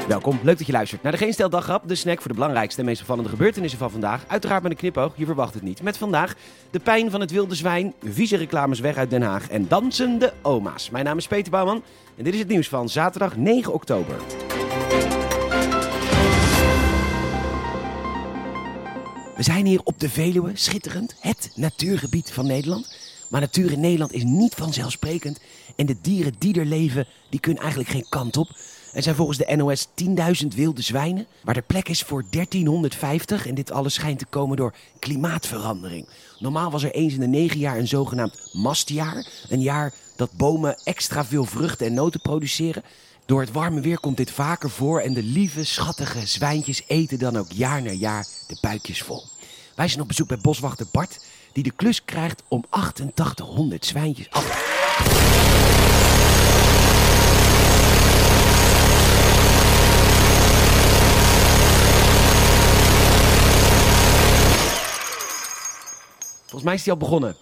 Welkom, leuk dat je luistert naar de Geen Stel Daggrap, de snack voor de belangrijkste en meest opvallende gebeurtenissen van vandaag. Uiteraard met een knipoog, je verwacht het niet. Met vandaag de pijn van het wilde zwijn, vieze reclames weg uit Den Haag en dansende oma's. Mijn naam is Peter Bouwman en dit is het nieuws van zaterdag 9 oktober. We zijn hier op de Veluwe, schitterend, het natuurgebied van Nederland. Maar natuur in Nederland is niet vanzelfsprekend en de dieren die er leven, die kunnen eigenlijk geen kant op. Er zijn volgens de NOS 10.000 wilde zwijnen, waar er plek is voor 1350 en dit alles schijnt te komen door klimaatverandering. Normaal was er eens in de 9 jaar een zogenaamd mastjaar, een jaar dat bomen extra veel vruchten en noten produceren. Door het warme weer komt dit vaker voor en de lieve, schattige zwijntjes eten dan ook jaar na jaar de buikjes vol. Wij zijn op bezoek bij boswachter Bart, die de klus krijgt om 8800 zwijntjes af. Volgens mij is hij al begonnen.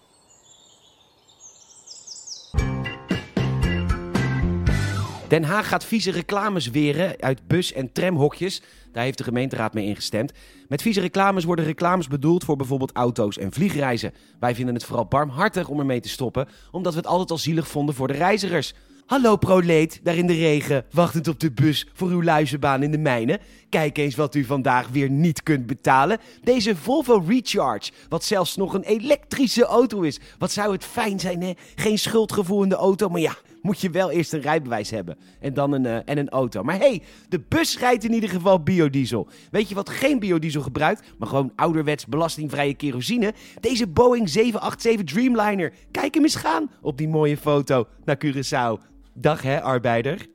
Den Haag gaat vieze reclames weren uit bus- en tramhokjes. Daar heeft de gemeenteraad mee ingestemd. Met vieze reclames worden reclames bedoeld voor bijvoorbeeld auto's en vliegreizen. Wij vinden het vooral barmhartig om ermee te stoppen, omdat we het altijd al zielig vonden voor de reizigers. Hallo proleet, daar in de regen, wachtend op de bus voor uw luizenbaan in de mijnen. Kijk eens wat u vandaag weer niet kunt betalen. Deze Volvo Recharge, wat zelfs nog een elektrische auto is. Wat zou het fijn zijn, hè? Geen schuldgevoel in de auto, maar ja, moet je wel eerst een rijbewijs hebben. En dan een auto. Maar hey, de bus rijdt in ieder geval biodiesel. Weet je wat geen biodiesel gebruikt, maar gewoon ouderwets belastingvrije kerosine? Deze Boeing 787 Dreamliner. Kijk hem eens gaan op die mooie foto naar Curaçao. Dag hè, arbeider.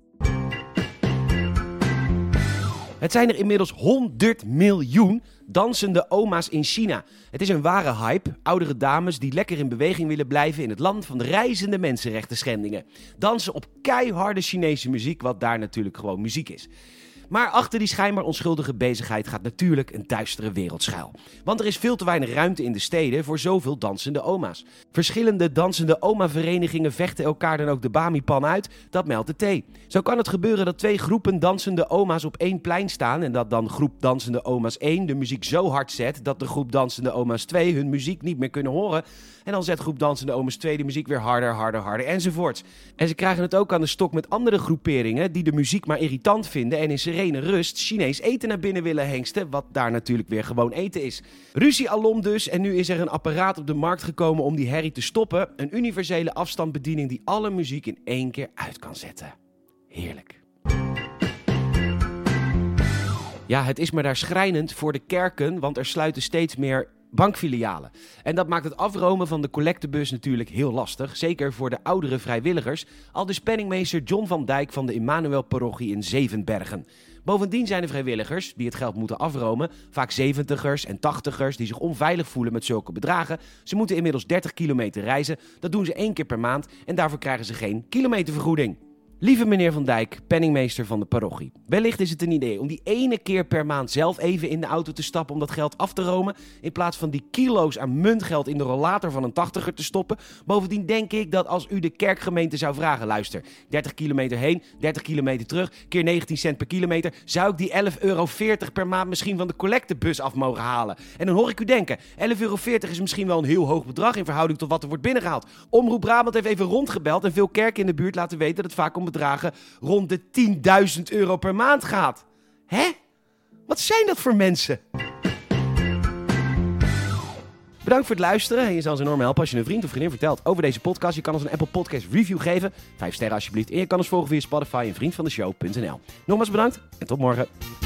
Het zijn er inmiddels 100 miljoen dansende oma's in China. Het is een ware hype. Oudere dames die lekker in beweging willen blijven in het land van de reizende mensenrechten schendingen. Dansen op keiharde Chinese muziek, wat daar natuurlijk gewoon muziek is. Maar achter die schijnbaar onschuldige bezigheid gaat natuurlijk een duistere wereld schuil. Want er is veel te weinig ruimte in de steden voor zoveel dansende oma's. Verschillende dansende oma-verenigingen vechten elkaar dan ook de bamipan uit, dat meldt de T. Zo kan het gebeuren dat 2 groepen dansende oma's op één plein staan en dat dan groep dansende oma's 1 de muziek zo hard zet dat de groep dansende oma's 2 hun muziek niet meer kunnen horen. En dan zet groep dansende oma's 2 de muziek weer harder enzovoorts. En ze krijgen het ook aan de stok met andere groeperingen die de muziek maar irritant vinden en in serene rust Chinees eten naar binnen willen hengsten, wat daar natuurlijk weer gewoon eten is. Ruzie alom dus en nu is er een apparaat op de markt gekomen om die herrie te stoppen. Een universele afstandsbediening die alle muziek in één keer uit kan zetten. Heerlijk. Ja, het is maar daar schrijnend voor de kerken, want er sluiten steeds meer bankfilialen. En dat maakt het afromen van de collectebus natuurlijk heel lastig, zeker voor de oudere vrijwilligers, aldus penningmeester John van Dijk van de Immanuel-parochie in Zevenbergen. Bovendien zijn de vrijwilligers die het geld moeten afromen vaak 70ers en 80ers die zich onveilig voelen met zulke bedragen. Ze moeten inmiddels 30 kilometer reizen, dat doen ze 1 keer per maand en daarvoor krijgen ze geen kilometervergoeding. Lieve meneer Van Dijk, penningmeester van de parochie. Wellicht is het een idee om die 1 keer per maand zelf even in de auto te stappen om dat geld af te romen, in plaats van die kilo's aan muntgeld in de rollator van een 80er te stoppen. Bovendien denk ik dat als u de kerkgemeente zou vragen, luister, 30 kilometer heen, 30 kilometer terug, keer 19 cent per kilometer, zou ik die €11,40 per maand misschien van de collectebus af mogen halen. En dan hoor ik u denken, €11,40 is misschien wel een heel hoog bedrag in verhouding tot wat er wordt binnengehaald. Omroep Brabant heeft even rondgebeld en veel kerken in de buurt laten weten dat het vaak om bedragen rond de €10.000 per maand gaat. Hè? Wat zijn dat voor mensen? Bedankt voor het luisteren. En je zal ons enorm helpen als je een vriend of vriendin vertelt over deze podcast. Je kan ons een Apple Podcast review geven. 5 sterren alsjeblieft. En je kan ons volgen via Spotify en vriendvandeshow.nl. Nogmaals bedankt en tot morgen.